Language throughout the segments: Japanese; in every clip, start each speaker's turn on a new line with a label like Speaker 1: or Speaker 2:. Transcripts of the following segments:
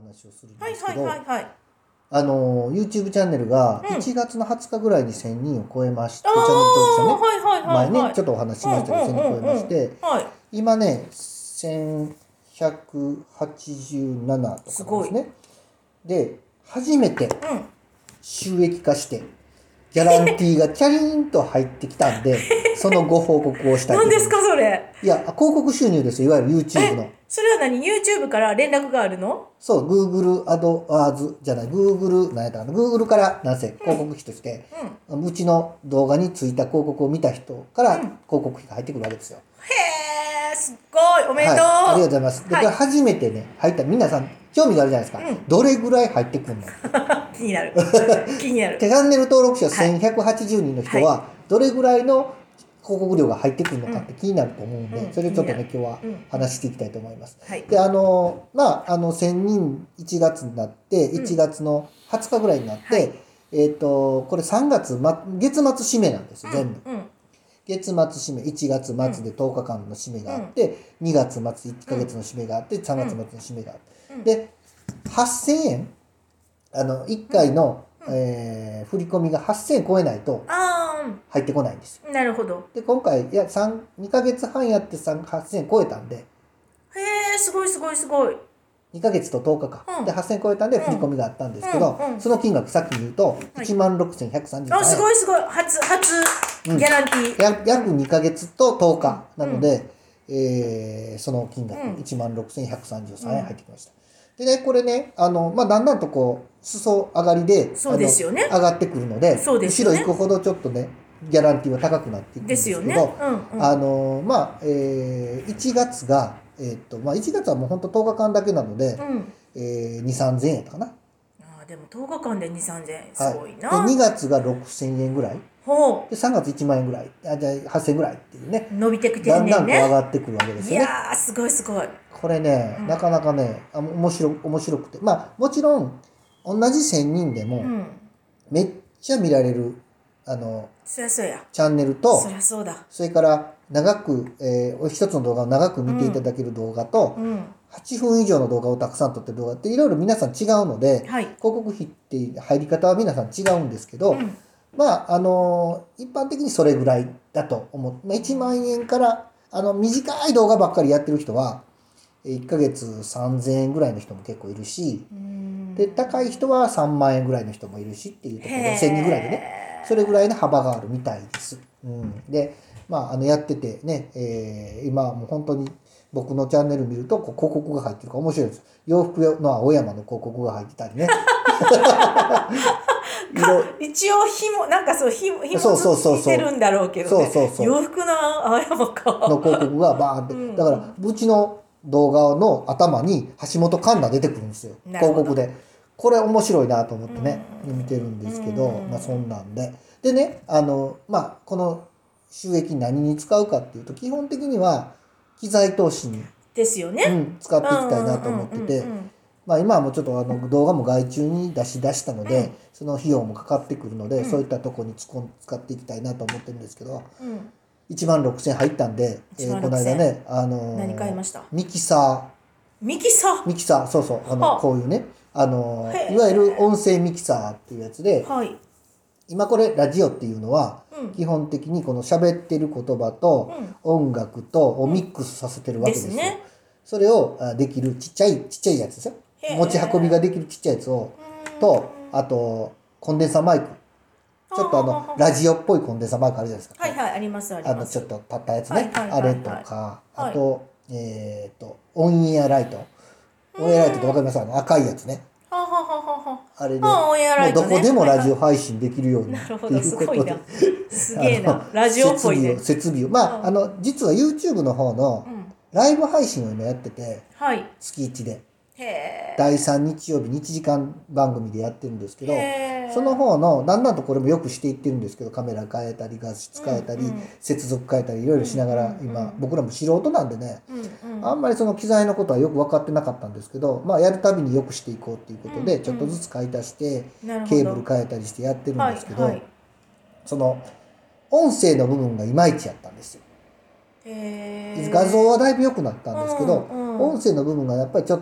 Speaker 1: 話をするん
Speaker 2: はいはい
Speaker 1: ですけど、
Speaker 2: はいはい。
Speaker 1: YouTube チャンネルが
Speaker 2: うん。
Speaker 1: 1月の20日ぐらいに1000人を超えまし
Speaker 2: ああ、
Speaker 1: て、チャンネル登録者ね、
Speaker 2: はいはいはいはい。
Speaker 1: 前ねちょっとお話しし
Speaker 2: うん
Speaker 1: ましたけど1000人超えまし
Speaker 2: うんうんうん。
Speaker 1: て、
Speaker 2: はい。
Speaker 1: 今ね1187と
Speaker 2: すごい。
Speaker 1: かなんですね。で初めて
Speaker 2: うん。
Speaker 1: 収益化してギャランティーがチャリーンと入ってきたんで、そのご報告をしたいと
Speaker 2: 何ですか
Speaker 1: 思います。
Speaker 2: それ。
Speaker 1: いや、広告収入ですよ、いわゆる YouTube の。
Speaker 2: それは何？ YouTube から連絡があるの？
Speaker 1: そう、Google AdWords じゃない、Google、何やったかな、Google からなんせ
Speaker 2: うん。
Speaker 1: 広告費として、
Speaker 2: うん。
Speaker 1: うちの動画についた広告を見た人から広
Speaker 2: うん。
Speaker 1: 告費が入ってくるわけですよ。
Speaker 2: へえ、すっごい。おめでとう。
Speaker 1: はい、ありがとうございます。で、これ
Speaker 2: はい。
Speaker 1: 初めてね、入った、皆さん興味があるじゃないですか。
Speaker 2: うん。
Speaker 1: どれぐらい入ってくるのって。
Speaker 2: 気になる。気になる。
Speaker 1: チャンネル登録者
Speaker 2: はい。
Speaker 1: 1180人の
Speaker 2: はい。
Speaker 1: 人は、どれぐらいの広告料が入ってくるの
Speaker 2: うん。
Speaker 1: かって気になると思うんで、
Speaker 2: うん。
Speaker 1: それをちょっとね、
Speaker 2: 気になる。
Speaker 1: 今日は
Speaker 2: うん。うん。
Speaker 1: 話していきたいと思います。
Speaker 2: はい。
Speaker 1: で、1000人1月になって、1
Speaker 2: うん。
Speaker 1: 月の20日ぐらいになっ
Speaker 2: はい。
Speaker 1: て、これ3月、月末締めなんですよ、全部。
Speaker 2: うん。うん。
Speaker 1: 月末締め、1月
Speaker 2: うん。
Speaker 1: 末で10日間の締め
Speaker 2: うん。
Speaker 1: があって、2月末1
Speaker 2: うん。
Speaker 1: ヶ月の締めがあって、3
Speaker 2: うん。
Speaker 1: 月末の締めがあって。
Speaker 2: うん。
Speaker 1: で、8000円1
Speaker 2: うん。
Speaker 1: 回の、
Speaker 2: うん。
Speaker 1: 振り込みが8000円超えないと
Speaker 2: あ
Speaker 1: 入ってこないんですよ。
Speaker 2: あ、なるほど。
Speaker 1: で、今回、2ヶ月半やって8000円超えたんで、
Speaker 2: へえ、すごいすごいすごい。
Speaker 1: 2ヶ月と10日か。
Speaker 2: うん。
Speaker 1: で、8000円超えたんで振り
Speaker 2: うん。
Speaker 1: 込みがあったんですけど、
Speaker 2: うん。うん。
Speaker 1: その金額さっき言うと、
Speaker 2: はい。
Speaker 1: 16,133
Speaker 2: あ、す
Speaker 1: 円。
Speaker 2: ごいすごい。初、
Speaker 1: うん。
Speaker 2: ギャランティー。
Speaker 1: 約2ヶ月と10
Speaker 2: うん。
Speaker 1: 日な
Speaker 2: うん。
Speaker 1: ので、その金額、
Speaker 2: うん。
Speaker 1: 16,133円入っ
Speaker 2: うん。
Speaker 1: てきました。でね、これね、だんだんとこう、裾上がりで、
Speaker 2: そうですよね。
Speaker 1: 上がってくるので、
Speaker 2: そうですよね。
Speaker 1: 後ろ行くほどちょっとね、ギャランティーは高くなっていく
Speaker 2: ですよね。
Speaker 1: んですけど、
Speaker 2: うんうん。
Speaker 1: 1月が、1月はもうほんと10日間だけなので、
Speaker 2: うん。
Speaker 1: 2、3,000円やったかな。
Speaker 2: ああ、でも10日間で2、3千円。す
Speaker 1: はい。
Speaker 2: ごい
Speaker 1: で、
Speaker 2: な。
Speaker 1: 2月が6,000円ぐらい。
Speaker 2: ほ
Speaker 1: で、3月1万円ぐらい。じゃあ8,000円ぐらいっていうね。
Speaker 2: う。伸びてきて
Speaker 1: だんだんと上
Speaker 2: んねんね。
Speaker 1: がってくるわけです
Speaker 2: い
Speaker 1: よね。
Speaker 2: やー、すごいすごい。
Speaker 1: これね、なかなかね、面白くて。もちろん、同じ1000人でも、
Speaker 2: うん。
Speaker 1: めっちゃ見られる、あの、
Speaker 2: そりゃそうや。
Speaker 1: チャンネル
Speaker 2: そり
Speaker 1: と、
Speaker 2: ゃそうだ。
Speaker 1: それから長く、一つの動画を長く見ていた
Speaker 2: うん。
Speaker 1: だける動画と、
Speaker 2: うん。
Speaker 1: 8分以上の動画をたくさん撮ってる動画っていろいろ皆さん違うので、
Speaker 2: はい。
Speaker 1: 広告費って入り方は皆さん違うんですけど、
Speaker 2: うん。
Speaker 1: 一般的にそれぐらいだと思う。1万円から、短い動画ばっかりやってる人は、1ヶ月3,000円ぐらいの人も結構いるし、
Speaker 2: うーん。
Speaker 1: で、高い人は3万円ぐらいの人もいるしっていうところで、1,000人ぐらいでね、それぐ
Speaker 2: へ
Speaker 1: らいの幅があるみたいです。うん。で、やっててね、今もう本当に僕のチャンネル見るとこう広告が入ってるから面白いです。洋服の青山の広告が入ってたりね。
Speaker 2: ー。一応なんかそう、
Speaker 1: そうそうそうそう。
Speaker 2: ついてるんだろうけど
Speaker 1: そう
Speaker 2: ね。
Speaker 1: そうそう。
Speaker 2: 洋服の青山か。
Speaker 1: の広告がバーンっ
Speaker 2: う
Speaker 1: て。
Speaker 2: んう
Speaker 1: だから、うちの動画の頭に橋本環奈出てくるんですよ。
Speaker 2: ん。なるほど。
Speaker 1: 広告で。これ面白いなと思っ
Speaker 2: う
Speaker 1: てね、見てるん
Speaker 2: ん。う
Speaker 1: ですけど、そん
Speaker 2: ん。
Speaker 1: なんで。でね、この収益何に使うかっていうと、基本的には機材投資に、
Speaker 2: ですよね。
Speaker 1: 使っ
Speaker 2: う
Speaker 1: ていきたいなと
Speaker 2: んうんうん
Speaker 1: 思ってて、
Speaker 2: うんうん。
Speaker 1: 今はもうちょっと動画も外注に出したので、
Speaker 2: うん
Speaker 1: その費用もかかってくるので、そうい
Speaker 2: うん
Speaker 1: ったとこに使っていきたいなと思ってるんですけど、
Speaker 2: うん。
Speaker 1: 16,000入ったんで、
Speaker 2: 1万
Speaker 1: この間
Speaker 2: 6000。
Speaker 1: ね、
Speaker 2: 何買いました？
Speaker 1: ミキサ
Speaker 2: ミキサ。
Speaker 1: ミキサー、そうそう、
Speaker 2: は。
Speaker 1: こういうね、
Speaker 2: へ
Speaker 1: いわゆる音
Speaker 2: え。
Speaker 1: 声ミキサーっていうやつで、
Speaker 2: はい。
Speaker 1: 今これラジオっていうのは、
Speaker 2: うん。
Speaker 1: 基本的にこの喋ってる言葉と
Speaker 2: うん。
Speaker 1: 音楽とを
Speaker 2: うん。
Speaker 1: ミックスさせてるわけですよ。
Speaker 2: ですね。
Speaker 1: それをできるちっちゃいやつですよ。
Speaker 2: へ
Speaker 1: 持ち運びが
Speaker 2: え。
Speaker 1: できるちっちゃいやつを、
Speaker 2: うーん。
Speaker 1: と、あと、コンデンサーマイク。
Speaker 2: は
Speaker 1: ちょっと
Speaker 2: はははは。
Speaker 1: ラジオっぽいコンデンサーマイクあるじゃないですか。こう
Speaker 2: はいはい、ありますあります。
Speaker 1: ちょっと立ったやつね。
Speaker 2: はいはい
Speaker 1: あれと
Speaker 2: はいはい。
Speaker 1: か、あ
Speaker 2: はい。う
Speaker 1: と、オンエアライト。
Speaker 2: ー
Speaker 1: オンエアライトってわかり
Speaker 2: ん。
Speaker 1: ますかね、赤いやつね。
Speaker 2: ははははは。
Speaker 1: あれで、
Speaker 2: ああ、オンエアラ
Speaker 1: もうど
Speaker 2: イトね。
Speaker 1: こでもラ
Speaker 2: はいはい。
Speaker 1: ジオ配信できるようにって
Speaker 2: なるほど、
Speaker 1: いうことで、
Speaker 2: すごいな。すげえな。ラジオっぽいね。
Speaker 1: 設備を、
Speaker 2: うん。
Speaker 1: 実は YouTube の方の
Speaker 2: うん。
Speaker 1: ライブ配信を今やってて、
Speaker 2: はい。
Speaker 1: 月1で。
Speaker 2: へ
Speaker 1: 第
Speaker 2: え。
Speaker 1: 3日曜日に1時間番組でやってるんですけ
Speaker 2: へ
Speaker 1: ど、その
Speaker 2: え。
Speaker 1: 方の、だんだんとこれもよくしていってるんですけど、カメラ変えたり、画質
Speaker 2: うん
Speaker 1: 変えたり、
Speaker 2: うん。
Speaker 1: 接続変えたり、いろいろしなが
Speaker 2: うんうん
Speaker 1: ら、今、僕らも素人なんでね、
Speaker 2: うん。うんうん。
Speaker 1: あんまりその機材のことはよく分かってなかったんですけど、やるたびによくしていこうっていうことで、
Speaker 2: うんう
Speaker 1: ちょっとず
Speaker 2: ん。
Speaker 1: つ買い足して、
Speaker 2: なるほ
Speaker 1: ケーブル
Speaker 2: ど。
Speaker 1: 変えたりしてやってるん
Speaker 2: は
Speaker 1: ですけど、
Speaker 2: いはい。
Speaker 1: その、音声の部分がいまいちやったんですよ。
Speaker 2: へ
Speaker 1: 画像は
Speaker 2: え。
Speaker 1: だいぶ良くなった
Speaker 2: う
Speaker 1: んですけど、
Speaker 2: んうん。
Speaker 1: 音声の部分がやっぱりちょっとね、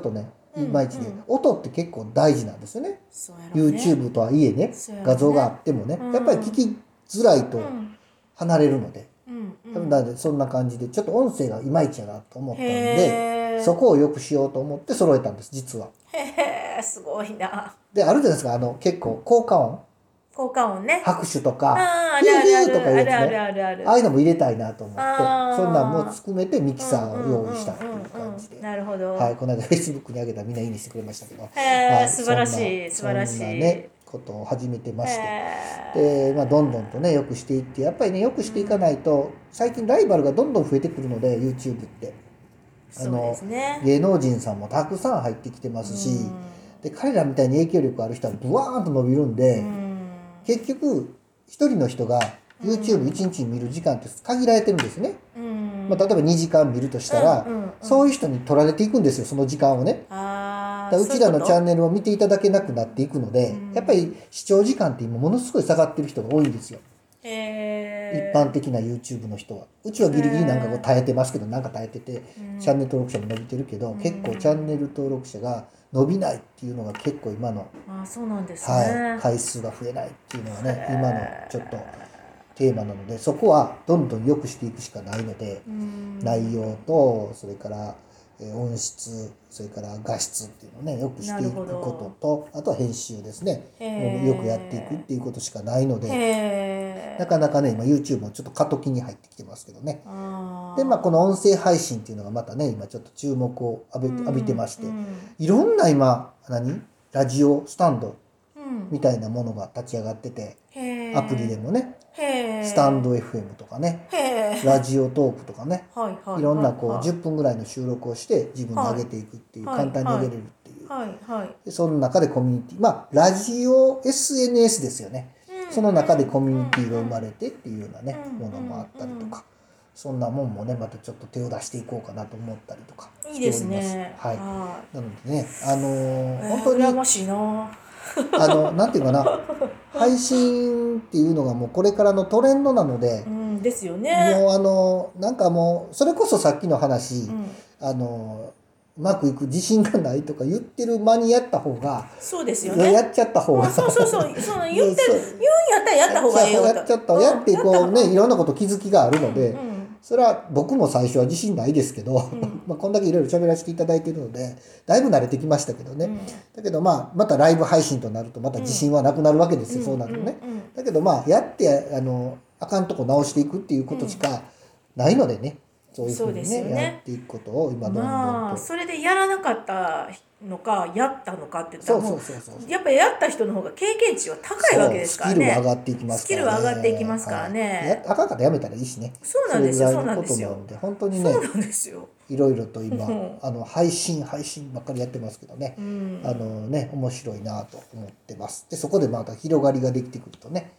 Speaker 1: いまいちで、音って結構大事なんですよね。
Speaker 2: そうやろうね
Speaker 1: YouTube とはいえね、
Speaker 2: そうやろうね
Speaker 1: 画像があってもね、やっぱり聞きづらいと離れるので、なのでそんな感じでちょっと音声がいまいちやなと思ったんで、
Speaker 2: へー
Speaker 1: そこを良くしようと思って揃えたんです、実は。
Speaker 2: へえ、すごいな。
Speaker 1: で、あるじゃないですか、結構効果音、
Speaker 2: 効果音ね。
Speaker 1: 拍手とか、
Speaker 2: あー、あ
Speaker 1: ヒューヒ
Speaker 2: るあるあ
Speaker 1: ューとかいうやつ
Speaker 2: るあるある
Speaker 1: ね、
Speaker 2: あるある。
Speaker 1: ああいうのも入れたいなと思って、
Speaker 2: あー
Speaker 1: そんなんも含めてミキサーを用意したっていう感じで。
Speaker 2: なるほど。
Speaker 1: はい、この間 Facebook に上げたらみんないいねしてくれましたけど、
Speaker 2: へえ、
Speaker 1: はい、
Speaker 2: 素晴らしい、素晴らしい。
Speaker 1: そんなね、ことを始めてまして、
Speaker 2: へ
Speaker 1: で、どんどんとね、良くしていって、やっぱりね、良くしていかないと、最近ライバルがどんどん増えてくるので、YouTube って。
Speaker 2: そうですね。
Speaker 1: 芸能人さんもたくさん入ってきてますし、で、彼らみたいに影響力ある人はブワーンと伸びるんで、結局、一人の人が YouTube1 日見る時間って限られてるんですね。例えば2時間見るとしたら、そういう人に取られていくんですよ、その時間をね。だからうちらのチャンネルを見ていただけなくなっていくので、やっぱり視聴時間って今ものすごい下がってる人が多いんですよ。一般的な YouTube の人は。うちはギリギリなんかこう耐えてますけど、なんか耐えてて、チャンネル登録者も伸びてるけど、結構チャンネル登録者が伸びないっていうのが結構今の、
Speaker 2: そうなんですね。
Speaker 1: 回数が増えないっていうのがね、今のちょっとテーマなので、そこはどんどん良くしていくしかないので、内容と、それから音質、それから画質っていうのをね、よくしていくことと、あとは編集ですね。よくやっていくっていうことしかないので、なかなかね、今 YouTube もちょっと過渡期に入ってきてますけどね。で、この音声配信っていうのがまたね、今ちょっと注目を浴びてまして、いろんな今、ラジオスタンドみたいなものが立ち上がってて、アプリでもね、スタンド FM とかね、ラジオトークとかね、いろんなこう10分ぐらいの収録をして自分で上げていくっていう、簡単に上げれるっていう。でその中でコミュニティ、ラジオ SNS ですよね。その中でコミュニティが生まれてっていうようなね、ものもあったりとか、そんなもんもね、またちょっと手を出していこうかなと思ったりとかしております。
Speaker 2: いいですね。
Speaker 1: はい。なのでね、本当に
Speaker 2: 羨ましいな。
Speaker 1: なんていうかな、配信っていうのがもうこれからのトレンドなので、
Speaker 2: ですよね。
Speaker 1: もうなんかもうそれこそさっきの話、うまくいく自信がないとか言ってる間にやった方が、
Speaker 2: そうですよね。
Speaker 1: やっちゃった方が、
Speaker 2: そう言んやったらやった方がいいよと。
Speaker 1: やってこうね、いろんなこと気づきがあるので、それは僕も最初は自信ないですけど、こんだけいろいろ喋らせていただいているので、だいぶ慣れてきましたけどね。だけどまたライブ配信となるとまた自信はなくなるわけですよ、そうなるとね。だけどやってあかんとこ直していくっていうことしかないのでね、そういうふうにね、やっていくことを今どんどんと。
Speaker 2: それでやらなかったのかやったのかって言ったらもうやっぱりやった人の方が経験値は高いわけですからね。
Speaker 1: スキルは上がっていきますからね。
Speaker 2: スキルは上がっていきますからね。
Speaker 1: あかんかったらやめたらいいしね。
Speaker 2: そうなんですよ。そうなんですよ。
Speaker 1: 本当にね、
Speaker 2: そうなんですよ。
Speaker 1: いろいろと今配信ばっかりやってますけどね、面白いなと思ってます。でそこでまた広がりができてくるとね、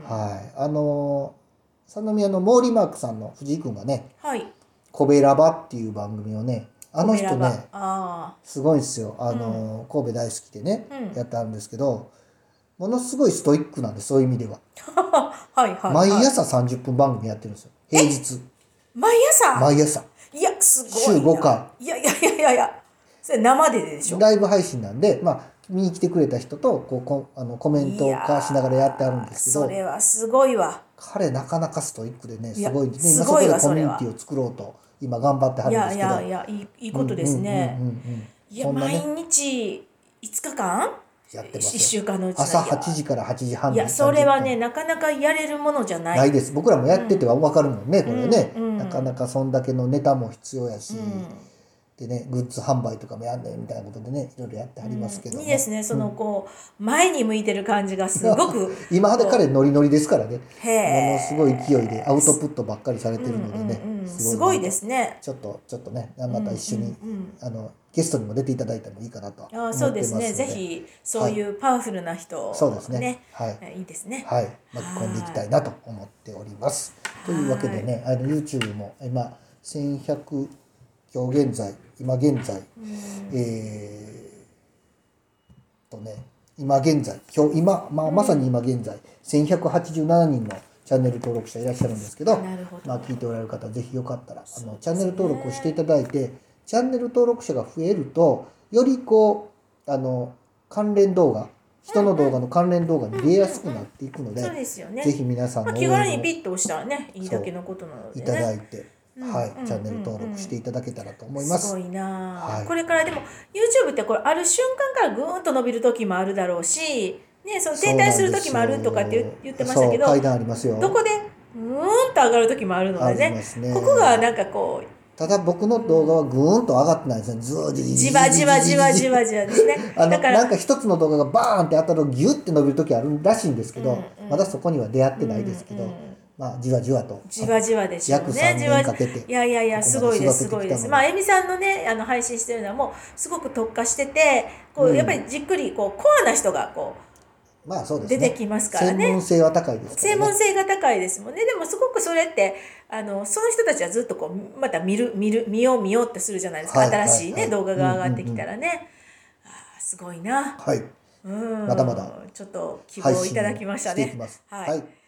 Speaker 1: 三宮のモーリーマークさんの藤井君がね、コベラバっていう番組をね、人ね、すごいんですよ。神戸大好きでね、やってあるんですけど、ものすごいストイックなんで、そういう意味では。毎朝30分番組やってるんですよ。平日。
Speaker 2: 毎朝いや、すごい。
Speaker 1: 週5回。
Speaker 2: いや。それ生でしょ。
Speaker 1: ライブ配信なんで、見に来てくれた人とコメントを交わしながらやってあるんですけど、
Speaker 2: それはすごいわ。
Speaker 1: 彼なかなかストイックでね、すごいね。今そこでコミュニティを作ろうと今頑張ってはるんですけど。
Speaker 2: いやいいことですね。いや、毎日5日間
Speaker 1: やってますよ。
Speaker 2: 1週間のうち
Speaker 1: 朝8時から8時半。
Speaker 2: いや、それはね、なかなかやれるものじゃない。
Speaker 1: ないです。僕らもやってては分かるもんね、これね。なかなかそんだけのネタも必要やし、でね、グッズ販売とかもやんねんみたいなことでね、いろいろやってはりますけども。
Speaker 2: いいですね、前に向いてる感じがすごく。
Speaker 1: 今まで彼ノリノリですからね。ものすごい勢いでアウトプットばっかりされてるのでね。
Speaker 2: すごいですね。
Speaker 1: ちょっとね、また一緒にゲストにも出ていただいてもいいかなと思ってますので。
Speaker 2: そうですね。ぜひそういうパワフルな人、
Speaker 1: そうですね。
Speaker 2: いいですね。
Speaker 1: はい、巻き込んでいきたいなと思っております。というわけでね、YouTube も今1100今現在今現在まさに今現在1187人のチャンネル登録者いらっしゃるんですけど、聞いておられる方はぜひよかったらチャンネル登録をしていただいて、チャンネル登録者が増えるとよりこう関連動画、人の動画の関連動画に出やすくなっていくので、
Speaker 2: そうですよね。
Speaker 1: ぜひ皆さんの応
Speaker 2: 気軽
Speaker 1: 援を
Speaker 2: にピッと押したらね、いいだけのことなので
Speaker 1: いただ
Speaker 2: ね。
Speaker 1: いて、はい、チャンネル登録していただけたらと思います。
Speaker 2: すごいな、
Speaker 1: はい、
Speaker 2: これからでも YouTube ってこれある瞬間からぐーんと伸びる時もあるだろうし、ね、その停滞する時もあるとかって言ってましたけど、
Speaker 1: 階段ありますよ。
Speaker 2: どこでうーんと上がる時もあるのでね、ここがなんかこう、
Speaker 1: ただ僕の動画はぐーんと上がってないですね。ずー
Speaker 2: じわじわじわじわじわですね。
Speaker 1: だからなんか一つの動画がバーンって当たるとギュッて伸びる時あるらしいんですけど、まだそこには出会ってないですけど、まあじわじわと。
Speaker 2: じわじわでしょうね。
Speaker 1: 約3年かけて。
Speaker 2: いやすごいですすごいです。まあえみさんのね配信してるのはもうすごく特化してて、こうやっぱりじっくりこうコアな人がこう。
Speaker 1: まあそうですね、
Speaker 2: 出てきますからね。
Speaker 1: 専門性は高いですからね。
Speaker 2: 専門性が高いですもんね。でもすごくそれってその人たちはずっとこうまた見ようってするじゃないですか。新しいね動画が上がってきたらね。すごいな。
Speaker 1: はい。まだまだ
Speaker 2: ちょっと希望をいただきましたね。
Speaker 1: はい。